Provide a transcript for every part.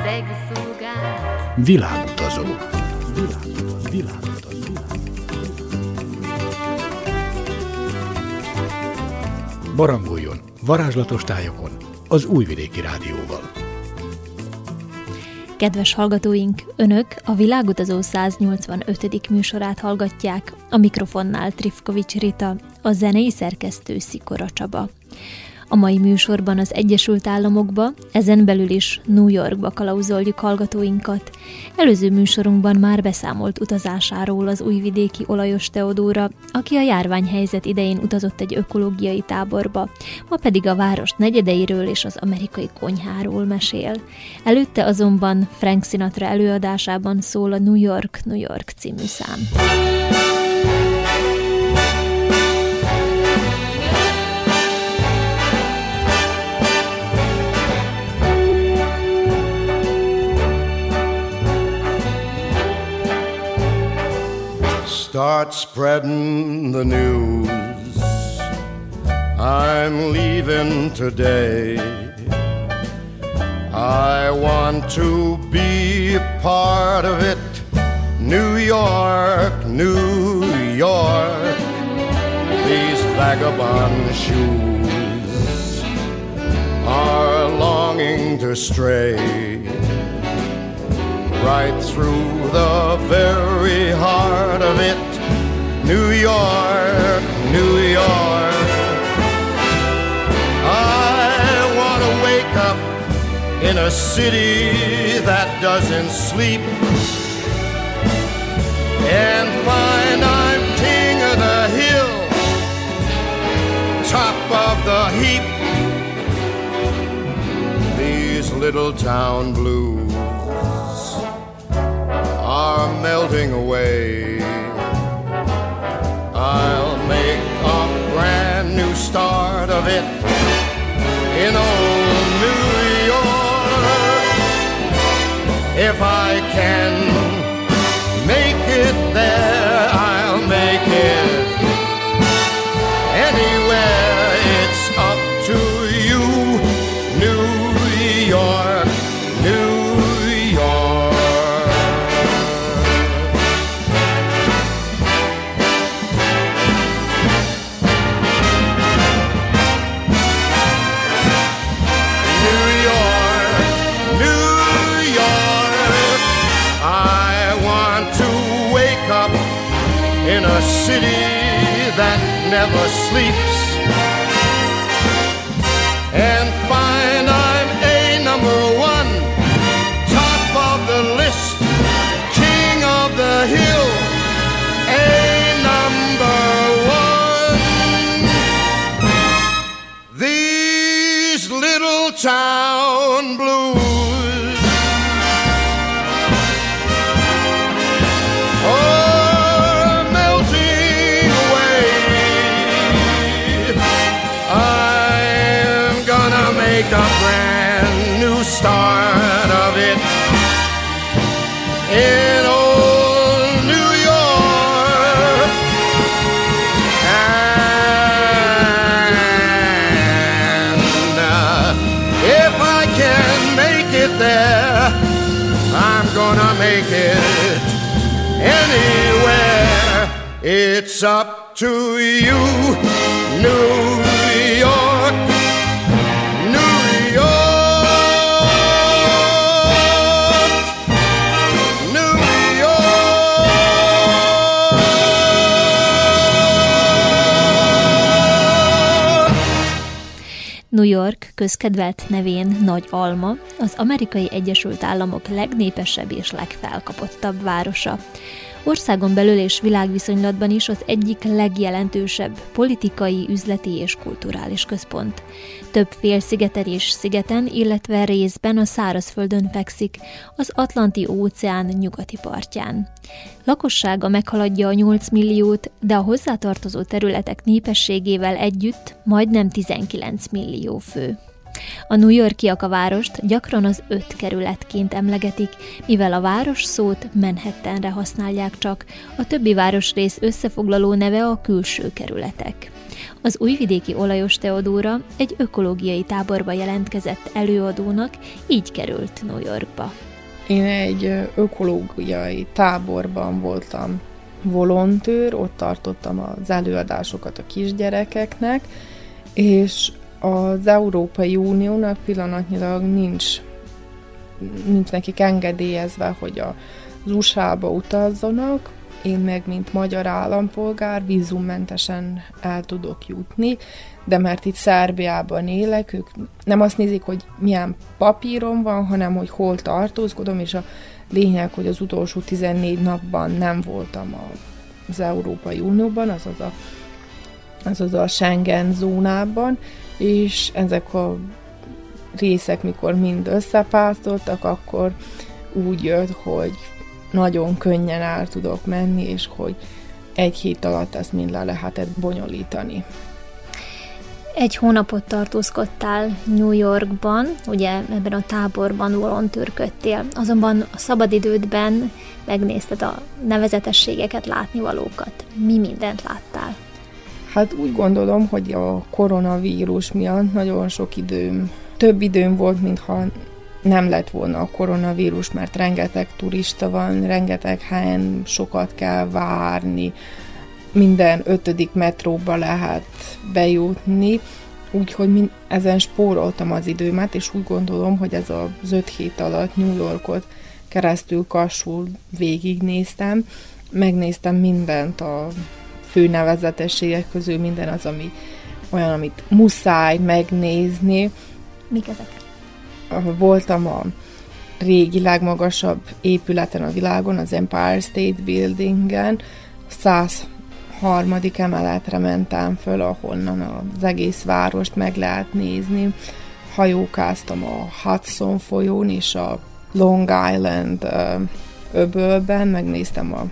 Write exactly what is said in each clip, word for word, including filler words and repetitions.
Világutazó. Világutazó. Világutazó. Barangoljon varázslatos tájokon az Újvidéki Rádióval. Kedves hallgatóink, Önök a Világutazó száznyolcvanötödik műsorát hallgatják, a mikrofonnál Trifkovics Rita, a zenei szerkesztő Szikora Csaba. A mai műsorban az Egyesült Államokba, ezen belül is New Yorkba kalauzoljuk hallgatóinkat. Előző műsorunkban már beszámolt utazásáról az újvidéki Olajos Teodóra, aki a járványhelyzet idején utazott egy ökológiai táborba, ma pedig a város negyedeiről és az amerikai konyháról mesél. Előtte azonban Frank Sinatra előadásában szól a New York, New York című szám. Start spreading the news. I'm leaving today. I want to be a part of it. New York, New York. These vagabond shoes are longing to stray right through the very heart of it. New York, New York. I want to wake up in a city that doesn't sleep and find I'm king of the hill, top of the heap. These little town blues are melting away. I'll make a brand new start of it in old New York. If I can make it there, I'll make it anywhere. It's up to you, New York, New York. In a city that never sleeps and find I'm a number one, top of the list, king of the hill, a number one. These little town blues make a brand new start of it in old New York. And uh, if I can make it there, I'm gonna make it anywhere. It's up to you, New York. New York, közkedvelt nevén Nagy Alma, az Amerikai Egyesült Államok legnépesebb és legfelkapottabb városa. Országon belül és világviszonylatban is az egyik legjelentősebb politikai, üzleti és kulturális központ. Több félszigeten és szigeten, illetve részben a szárazföldön fekszik, az Atlanti-óceán nyugati partján. Lakossága meghaladja a nyolc milliót, de a hozzátartozó területek népességével együtt majdnem tizenkilenc millió fő. A New Yorkiak a várost gyakran az öt kerületként emlegetik, mivel a város szót Manhattanre használják csak, a többi városrész összefoglaló neve a külső kerületek. Az újvidéki Olajos Teodóra egy ökológiai táborba jelentkezett előadónak, így került New Yorkba. Én egy ökológiai táborban voltam volontőr, ott tartottam az előadásokat a kisgyerekeknek, és az Európai Uniónak pillanatnyilag nincs, nincs nekik engedélyezve, hogy az u es á-ba utazzanak, én meg, mint magyar állampolgár, vízummentesen el tudok jutni, de mert itt Szerbiában élek, ők nem azt nézik, hogy milyen papírom van, hanem hogy hol tartózkodom, és a lényeg, hogy az utolsó tizennégy napban nem voltam az Európai Unióban, azaz a, azaz a Schengen zónában, és ezek a részek, mikor mind összepártoltak, akkor úgy jött, hogy nagyon könnyen el tudok menni, és hogy egy hét alatt ezt mind le lehetett bonyolítani. Egy hónapot tartózkodtál New Yorkban, ugye ebben a táborban volontőrködtél, azonban a szabadidődben megnézted a nevezetességeket, látnivalókat. Mi mindent láttál? Hát úgy gondolom, hogy a koronavírus miatt nagyon sok időm, több időm volt, mintha nem lett volna a koronavírus, mert rengeteg turista van, rengeteg helyen sokat kell várni, minden ötödik metróba lehet bejutni, úgyhogy ezen spóroltam az időmet, és úgy gondolom, hogy ez az öt hét alatt New Yorkot keresztül kassul végignéztem, megnéztem mindent a fő nevezetességek közül, minden az, ami olyan, amit muszáj megnézni. Mik ezek? Voltam a régi legmagasabb épületen a világon, az Empire State Buildingen, száz harmadik emeletre mentem föl, ahonnan az egész várost meg lehet nézni. Hajókáztam a Hudson folyón és a Long Island öbölben, megnéztem a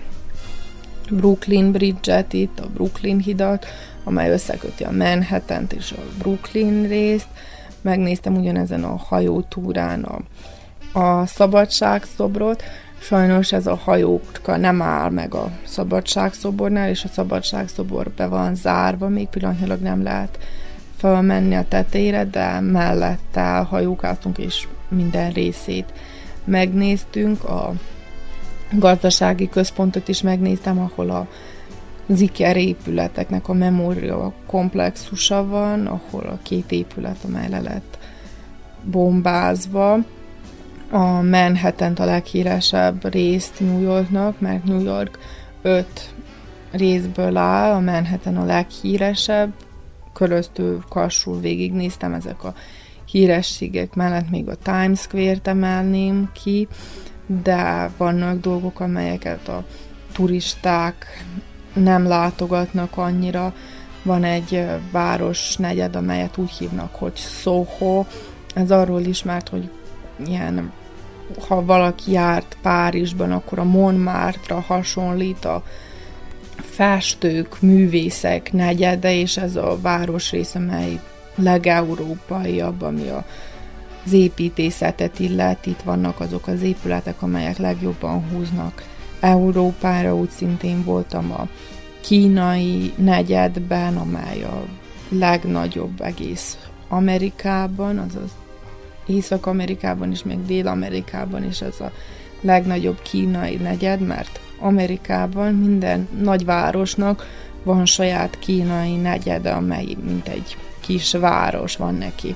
Brooklyn Bridge-et itt, a Brooklyn hidat, amely összeköti a Manhattant és a Brooklyn részt. Megnéztem ugyanezen a hajótúrán a, a Szabadságszobrot. Sajnos ez a hajóka nem áll meg a Szabadságszobornál, és a Szabadságszobor be van zárva, még pillanatnyilag nem lehet felmenni a tetejére, de mellette hajókáztunk, és minden részét megnéztünk. A gazdasági központot is megnéztem, ahol a az Iker épületeknek a memória komplexusa van, ahol a két épület, amely le lett bombázva. A Manhattan a leghíresebb részt New Yorknak, mert New York öt részből áll, a Manhattan a leghíresebb, köröztül kassul végignéztem, ezek a hírességek mellett még a Times Square-t emelném ki, de vannak dolgok, amelyeket a turisták nem látogatnak annyira. Van egy városnegyed, amelyet úgy hívnak, hogy Soho. Ez arról ismert, hogy ilyen, ha valaki járt Párizsban, akkor a Montmartre-ra hasonlít a festők, művészek negyede, és ez a városrész, amely legeurópaiabb, ami a az építészetet illet. Itt vannak azok az épületek, amelyek legjobban húznak Európára. Úgy szintén voltam a kínai negyedben, amely a legnagyobb egész Amerikában, azaz Észak-Amerikában is, meg Dél-Amerikában is ez a legnagyobb kínai negyed, mert Amerikában minden nagyvárosnak van saját kínai negyede, amely mint egy kis város van neki.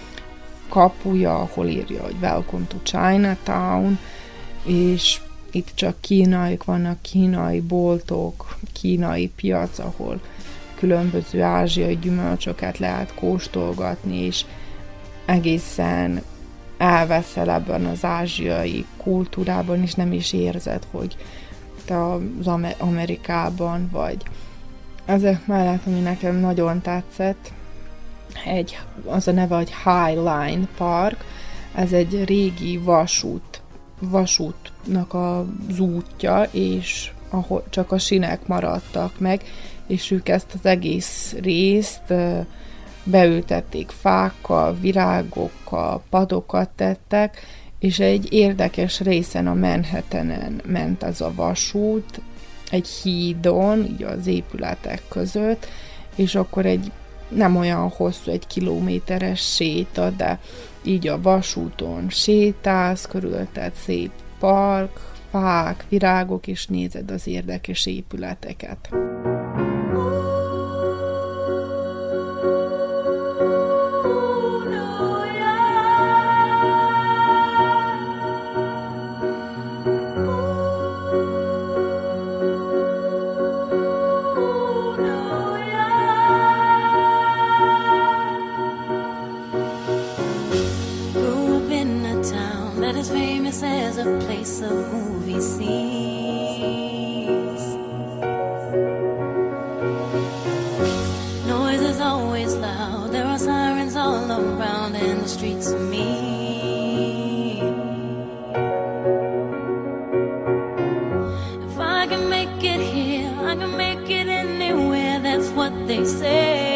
Kapuja, ahol írja, hogy Welcome to Chinatown, és itt csak kínaiak vannak, kínai boltok, kínai piac, ahol különböző ázsiai gyümölcsöket lehet kóstolgatni, és egészen elveszel ebben az ázsiai kultúrában, és nem is érzed, hogy te az Amerikában vagy. Ezek mellett, ami nekem nagyon tetszett, egy, az a neve, hogy High Line Park, ez egy régi vasút, vasútnak az útja, és ahol csak a sinek maradtak meg, és ők ezt az egész részt beültették fákkal, virágokkal, padokat tettek, és egy érdekes részen a Manhattanen ment ez a vasút, egy hídon, így az épületek között, és akkor egy nem olyan hosszú, egy kilométeres séta, de így a vasúton sétálsz, körülötted szép park, fák, virágok, és nézed az érdekes épületeket. As a place of movie scenes, noise is always loud. There are sirens all around, and the streets are mean. If I can make it here, I can make it anywhere. That's what they say.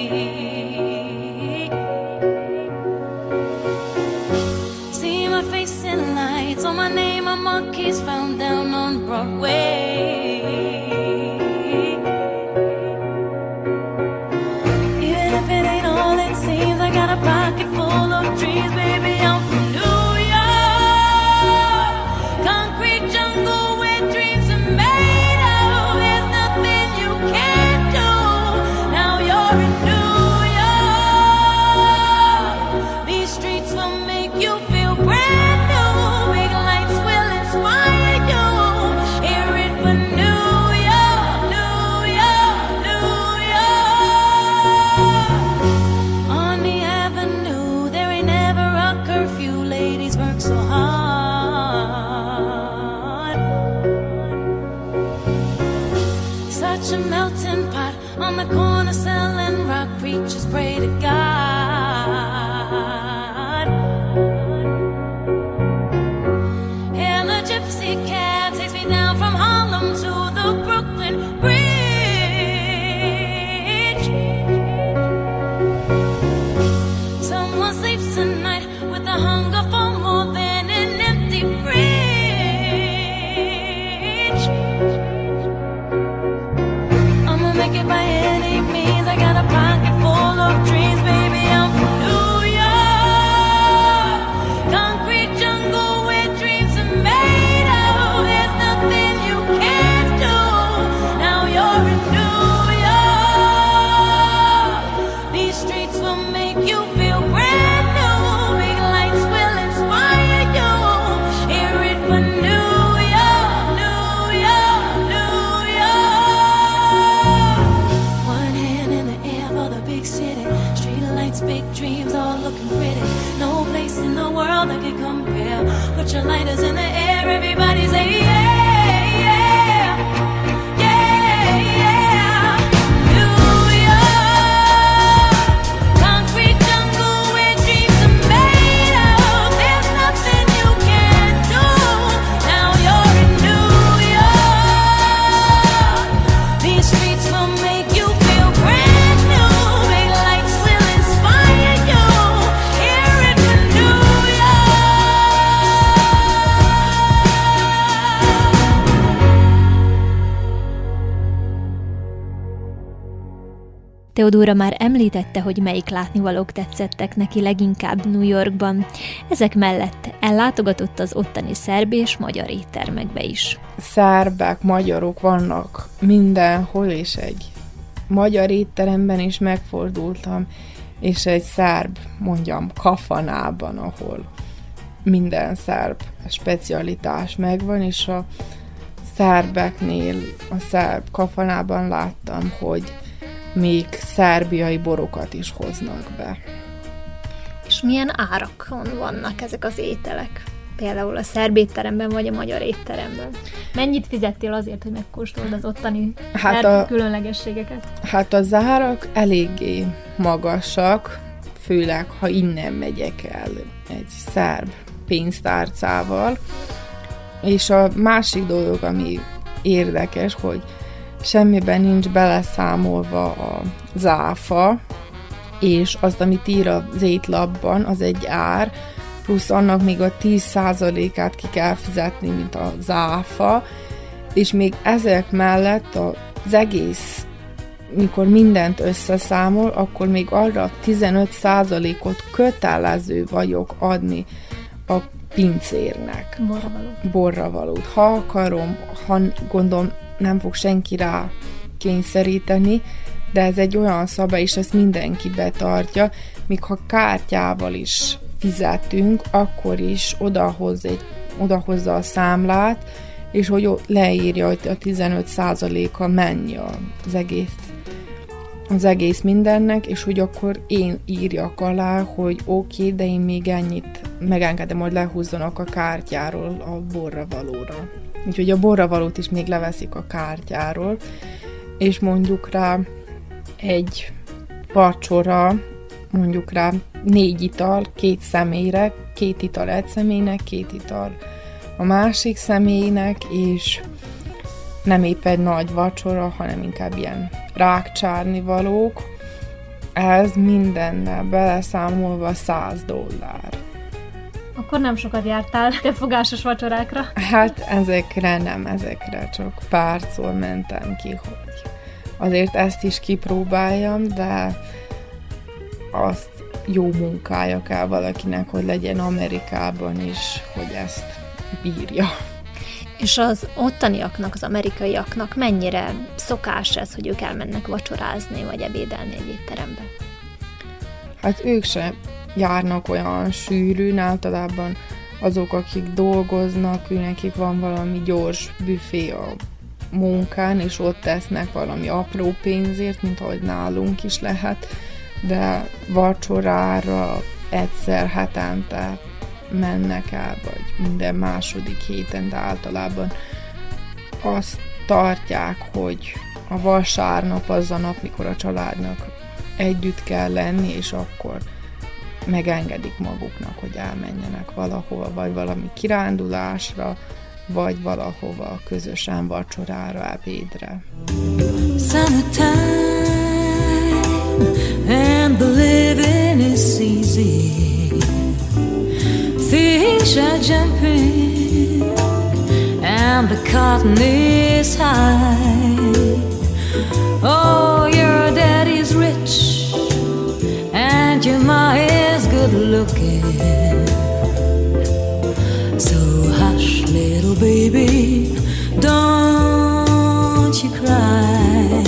So my name on monkeys found down on Broadway. Even if it ain't all it seems, I got a pocket full of dreams, baby. I'm from New York, concrete jungle where dreams are made of. There's nothing you can't do. Now you're in New York. These streets will make you feel brand. A melting pot on the corner selling rock. Preachers pray to God. And the gypsy cab takes me down from Harlem to the Brooklyn Bridge. Someone sleeps tonight with the hunger for more than an empty fridge. Make it by any means. I got a pocket full of dreams, baby. I'm from New York, concrete jungle where dreams are made of. There's nothing you can't do. Now you're in New York. These streets will make you feel brand new. Big lights will inspire you. Hear it for New York, New York, New York. Big city, street lights, big dreams, all looking pretty. No place in the world that can compare. Put your lighters in the air, everybody say yeah, yeah, yeah, yeah. New York, concrete jungle where dreams are made of. There's nothing you can't do. Now you're in New York. These streets will make you feel brand. Teodóra már említette, hogy melyik látnivalók tetszettek neki leginkább New Yorkban. Ezek mellett ellátogatott az ottani szerb és magyar éttermekbe is. Szerbek, magyarok vannak mindenhol, és egy magyar étteremben is megfordultam, és egy szerb, mondjam, kafanában, ahol minden szerb specialitás megvan, és a szerbeknél, a szerb kafanában láttam, hogy még szerbiai borokat is hoznak be. És milyen árakon vannak ezek az ételek? Például a szerb étteremben vagy a magyar étteremben. Mennyit fizettél azért, hogy megkóstold az ottani hát a, különlegességeket? Hát az árak eléggé magasak, főleg ha innen megyek el egy szerb pénztárcával. És a másik dolog, ami érdekes, hogy semmiben nincs beleszámolva az áfa, és az, amit ír az étlapban, az egy ár, plusz annak még a tíz százalékát ki kell fizetni, mint az áfa, és még ezek mellett az egész mikor mindent összeszámol, akkor még arra tizenöt százalékot kötelező vagyok adni a pincérnek. Borravalót. Borravalót. Ha akarom, ha gondolom, nem fog senki rá kényszeríteni, de ez egy olyan szabály, és ezt mindenki betartja, míg ha kártyával is fizetünk, akkor is odahoz egy, odahozza a számlát, és hogy leírja, hogy a tizenöt százaléka mennyi az egész, az egész mindennek, és hogy akkor én írjak alá, hogy oké, okay, de én még ennyit megengedem, hogy lehúzzanak a kártyáról a borravalóra. Úgyhogy a borravalót is még leveszik a kártyáról, és mondjuk rá egy vacsora, mondjuk rá négy ital két személyre, két ital egy személynek, két ital a másik személynek, és nem épp egy nagy vacsora, hanem inkább ilyen rákcsárni valók. Ez mindennel beleszámolva száz dollár. Akkor nem sokat jártál fogásos vacsorákra? Hát ezekre nem, ezekre csak párszor mentem ki, hogy azért ezt is kipróbáljam, de azt jó munkája kell valakinek, hogy legyen Amerikában is, hogy ezt bírja. És az ottaniaknak, az amerikaiaknak mennyire szokás ez, hogy ők elmennek vacsorázni, vagy ebédelni egy étterembe? Hát ők se járnak olyan sűrűn, általában azok, akik dolgoznak, nekik van valami gyors büfé a munkán, és ott tesznek valami apró pénzért, mint ahogy nálunk is lehet, de vacsorára egyszer hetente mennek el, vagy minden második héten, de általában azt tartják, hogy a vasárnap az a nap, mikor a családnak együtt kell lenni, és akkor megengedik maguknak, hogy elmenjenek valahova, vagy valami kirándulásra, vagy valahova közösen vacsorára, ebédre. Summertime and the living is easy. Fish are jumping and the cotton is high. Oh, your daddy's rich and your ma is good looking. So hush, little baby, don't you cry.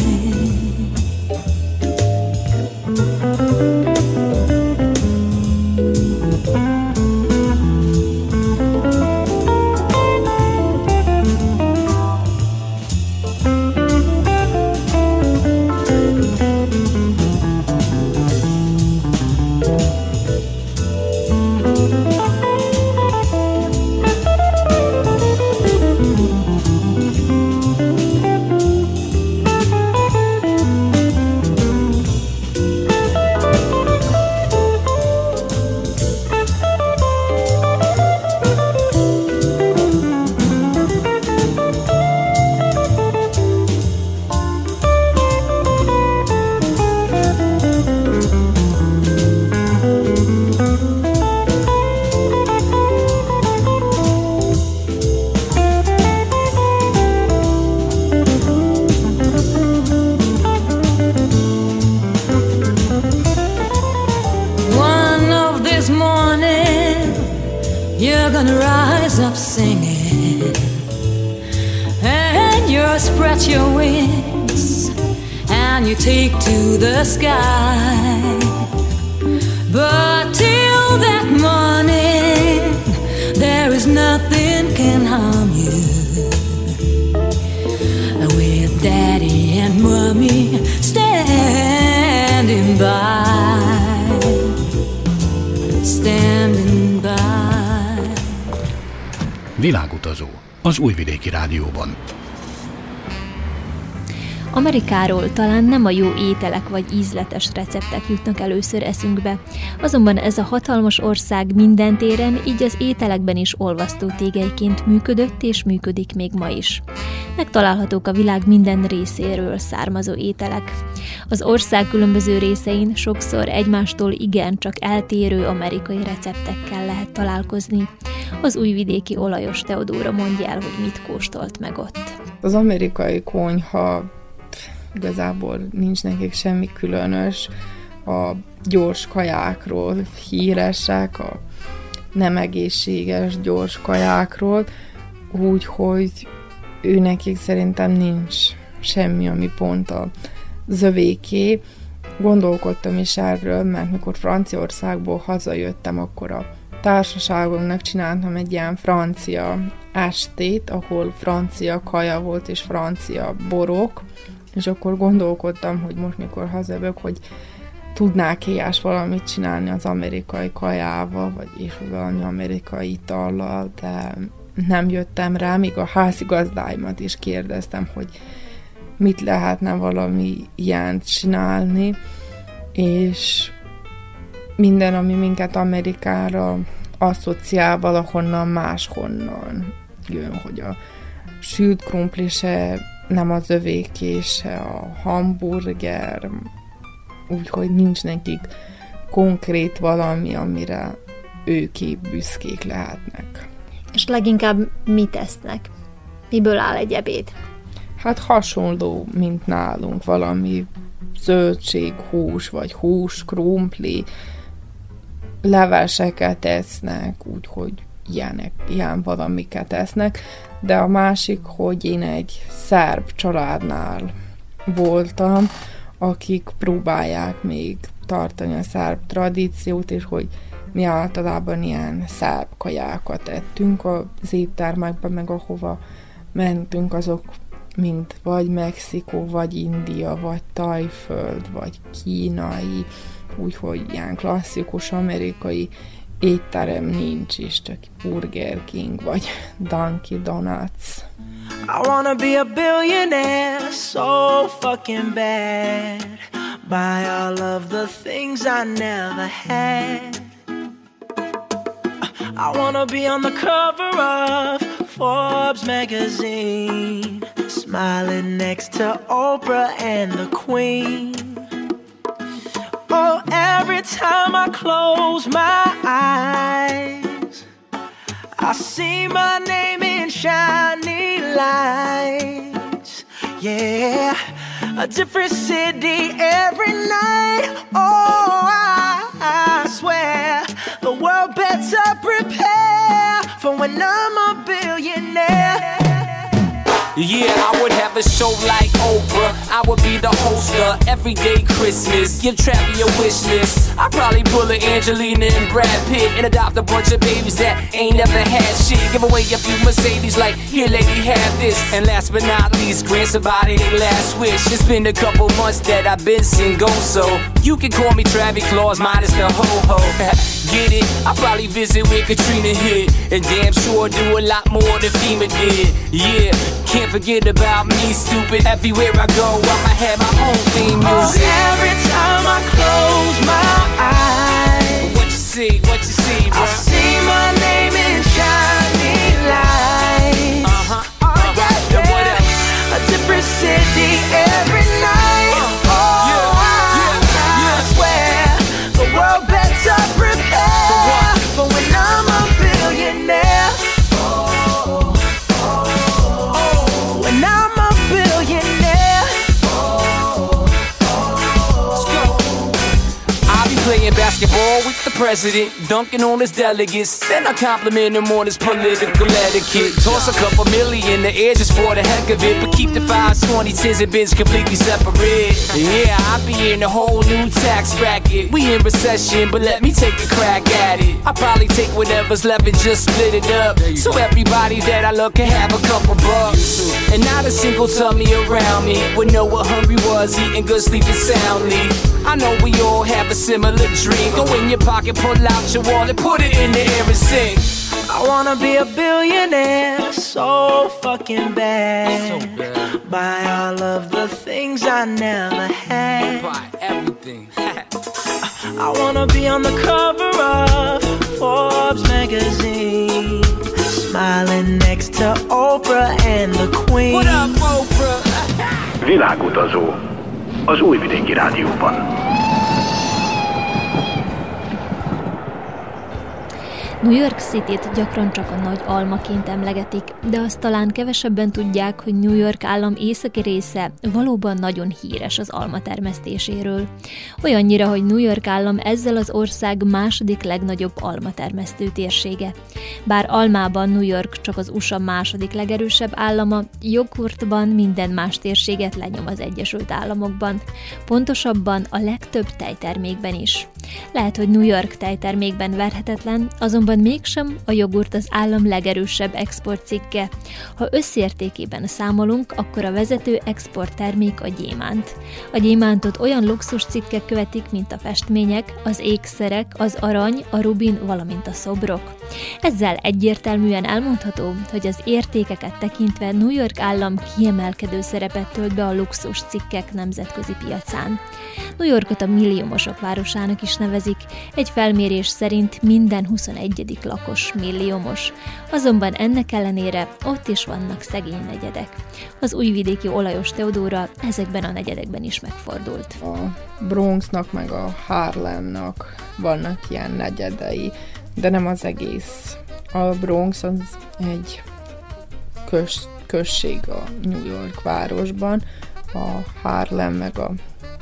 You're gonna rise up singing, and you spread your wings, and you take to the sky. But till that morning, there is nothing can harm you. With Daddy and Mommy standing by, standing by. Világutazó az Újvidéki Rádióban. Amerikáról talán nem a jó ételek vagy ízletes receptek jutnak először eszünkbe, azonban ez a hatalmas ország minden téren, így az ételekben is olvasztó tégelyként működött és működik még ma is. Megtalálhatók a világ minden részéről származó ételek. Az ország különböző részein sokszor egymástól igencsak eltérő amerikai receptekkel lehet találkozni. Az újvidéki olajos Teodóra mondja el, hogy mit kóstolt meg ott. Az amerikai konyha igazából nincs nekik semmi különös, a gyors kajákról híresek, a nem egészséges gyors kajákról, úgyhogy ő nekik szerintem nincs semmi, ami pont a zövéké. Gondolkodtam is erről, mert mikor Franciaországból hazajöttem, akkor a társaságomnak csináltam egy ilyen francia estét, ahol francia kaja volt és francia borok, és akkor gondolkodtam, hogy most mikor hazajövök, hogy tudnák éjjel valamit csinálni az amerikai kajával, vagy és valami amerikai itallal, de nem jöttem rá, míg a házigazdáimat is kérdeztem, hogy mit lehetne valami ilyent csinálni, és minden, ami minket Amerikára asszociál, valahonnan máshonnan jön, hogy a sült krumpli se nem az övéké, se a hamburger, úgyhogy nincs nekik konkrét valami, amire ők épp büszkék lehetnek. És leginkább mit esznek? Miből áll egy ebéd? Hát hasonló, mint nálunk, valami zöldség, hús, vagy hús, krumpli, leveseket esznek, úgyhogy ilyenek, ilyen valamiket esznek, de a másik, hogy én egy szerb családnál voltam, akik próbálják még tartani a szerb tradíciót, és hogy mi általában ilyen szerb kajákat ettünk az éttermekben, meg ahova mentünk, azok mint vagy Mexikó, vagy India, vagy Tajföld, vagy kínai, úgyhogy ilyen klasszikus amerikai étterem nincs is, csak Burger King, vagy Dunkin' Donuts. I wanna be a billionaire so fucking bad. Buy all of the things I never had. I wanna be on the cover of Forbes magazine, smiling next to Oprah and the Queen. Oh, every time I close my eyes, I see my name in shiny lights. Yeah, a different city every night. Oh, I, I swear the world better prepare for when I'm a billionaire. Yeah, I would have a show like Oprah. I would be the host of Everyday Christmas. Give Travi a wish list. I'd probably pull a Angelina and Brad Pitt and adopt a bunch of babies that ain't never had shit. Give away a few Mercedes like, here lady, have this. And last but not least, grant somebody their last wish. It's been a couple months that I've been single, so you can call me Travi Claus minus the ho-ho. Get it? I'll probably visit where Katrina hit, and damn sure do a lot more than FEMA did. Yeah, can't forget about me, stupid. Everywhere I go, I'ma have my own theme music. Oh, every time I close my eyes, what you see, what you see, bro? I see my name in shiny lights. Uh-huh, oh, uh-huh. yeah, yeah. What else? A different city every night. Uh, oh, yeah, I, yeah, I yeah. swear the world better prepare For what? for when I'm a billionaire. When I'm a billionaire. Let's go. I'll be playing basketball with the president, dunking on his delegates. Then I compliment him on his political etiquette. Toss a couple million in the air just for the heck of it, but keep the fives, twenties, tens, and bins completely separate. Yeah, I'll be in a whole new tax bracket. We in recession, but let me take a crack at it. I'll probably take whatever's left and just split it up, so everybody that I love can have a couple bucks. And not a single tummy around me would know what hungry was, eating good, sleeping soundly. I know we all have a similar dream. Go in your pocket, pull out your wallet, put it in the air and sing. I wanna be a billionaire so fucking bad. So bad. Buy all of the things I never had. Buy everything. I wanna be on the cover of Forbes magazine, smiling next to Oprah and the Queen. What up, Oprah? Világutazó az Újvidéki Rádióban. New York City-t gyakran csak a nagy almaként emlegetik, de azt talán kevesebben tudják, hogy New York állam északi része valóban nagyon híres az alma termesztéséről. Olyannyira, hogy New York állam ezzel az ország második legnagyobb almatermesztő térsége. Bár almában New York csak az u es á második legerősebb állama, jogurtban minden más térséget lenyom az Egyesült Államokban. Pontosabban a legtöbb tejtermékben is. Lehet, hogy New York tejtermékben verhetetlen, azonban mégsem a jogurt az állam legerősebb exportcikke. Ha összértékében számolunk, akkor a vezető exporttermék a gyémánt. A gyémántot olyan luxus cikkek követik, mint a festmények, az ékszerek, az arany, a rubin, valamint a szobrok. Ezzel egyértelműen elmondható, hogy az értékeket tekintve New York állam kiemelkedő szerepet tölt be a luxus cikkek nemzetközi piacán. New Yorkot a milliómosok városának is nevezik, egy felmérés szerint minden huszonegyedik lakos milliómos. Azonban ennek ellenére ott is vannak szegény negyedek. Az újvidéki olajos Teodóra ezekben a negyedekben is megfordult. A Bronxnak meg a Harlemnak vannak ilyen negyedei, de nem az egész. A Bronx az egy köz, község a New York városban, a Harlem meg a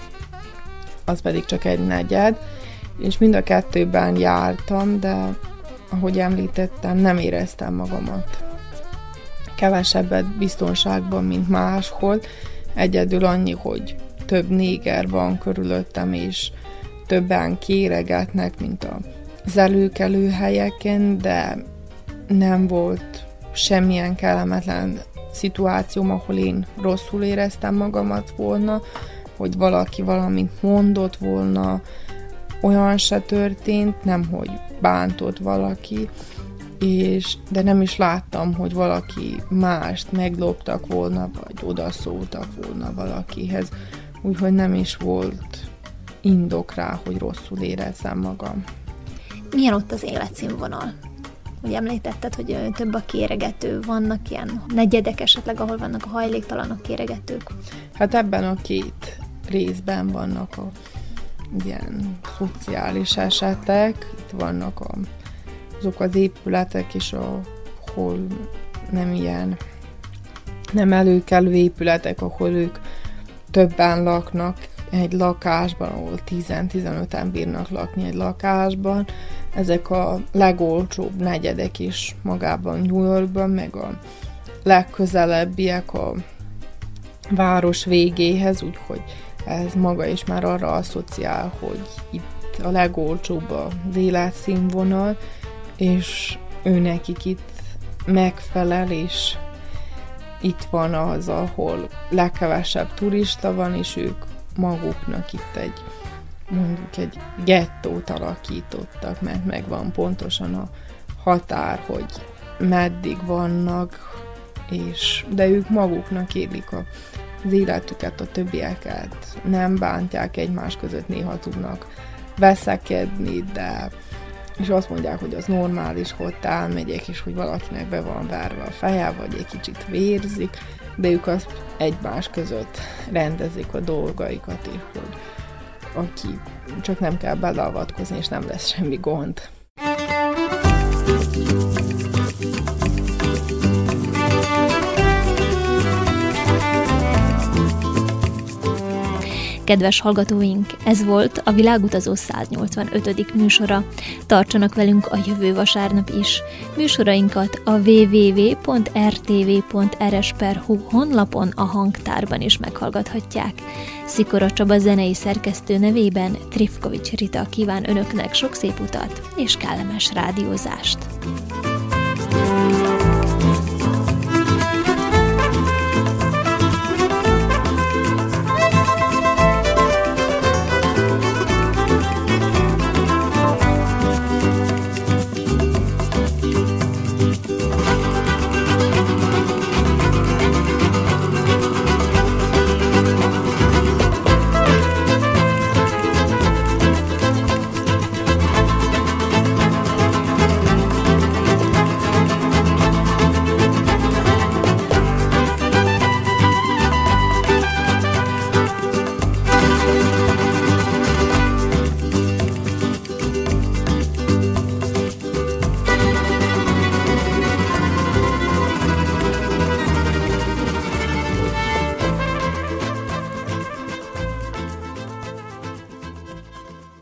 az pedig csak egy negyed, és mind a kettőben jártam, de ahogy említettem, nem éreztem magamat kevesebbet biztonságban, mint máshol. Egyedül annyi, hogy több néger van körülöttem, és többen kéregetnek, mint az előkelő helyeken, de nem volt semmilyen kellemetlen szituációm, ahol én rosszul éreztem magamat volna, hogy valaki valamit mondott volna, olyan se történt, nem hogy bántott valaki, és, de nem is láttam, hogy valaki mást megloptak volna, vagy odaszóltak volna valakihez, úgyhogy nem is volt indok rá, hogy rosszul érezzem magam. Milyen ott az életszínvonal? Ugye említetted, hogy több a kéregető, vannak ilyen negyedek esetleg, ahol vannak a hajléktalanok, kéregetők? Hát ebben a két részben vannak a ilyen szociális esetek, itt vannak a, azok az épületek is, ahol nem ilyen, nem előkelő épületek, ahol ők többen laknak egy lakásban, ahol tíz-tizenöten bírnak lakni egy lakásban. Ezek a legolcsóbb negyedek is magában New Yorkban, meg a legközelebbiek a város végéhez, úgyhogy ez maga is már arra asszociál, hogy itt a legolcsóbb az életszínvonal, és ő nekik itt megfelel, és itt van az, ahol legkevesebb turista van, és ők maguknak itt egy, mondjuk egy gettót alakítottak, mert megvan pontosan a határ, hogy meddig vannak, és, de ők maguknak élik a, az életüket, a többieket, nem bántják egymás között, néha tudnak veszekedni, de és azt mondják, hogy az normális, hogy ott elmegyek, és hogy valakinek be van várva a feje, vagy egy kicsit vérzik, de ők azt egymás között rendezik a dolgaikat, és hogy aki csak nem kell beleavatkozni, és nem lesz semmi gond. Kedves hallgatóink, ez volt a Világutazó száznyolcvanötödik műsora. Tartsanak velünk a jövő vasárnap is. Műsorainkat a double-u double-u double-u pont r t v pont r s pont h u honlapon a hangtárban is meghallgathatják. Szikora Csaba zenei szerkesztő nevében Trifkovics Rita kíván önöknek sok szép utat és kellemes rádiózást.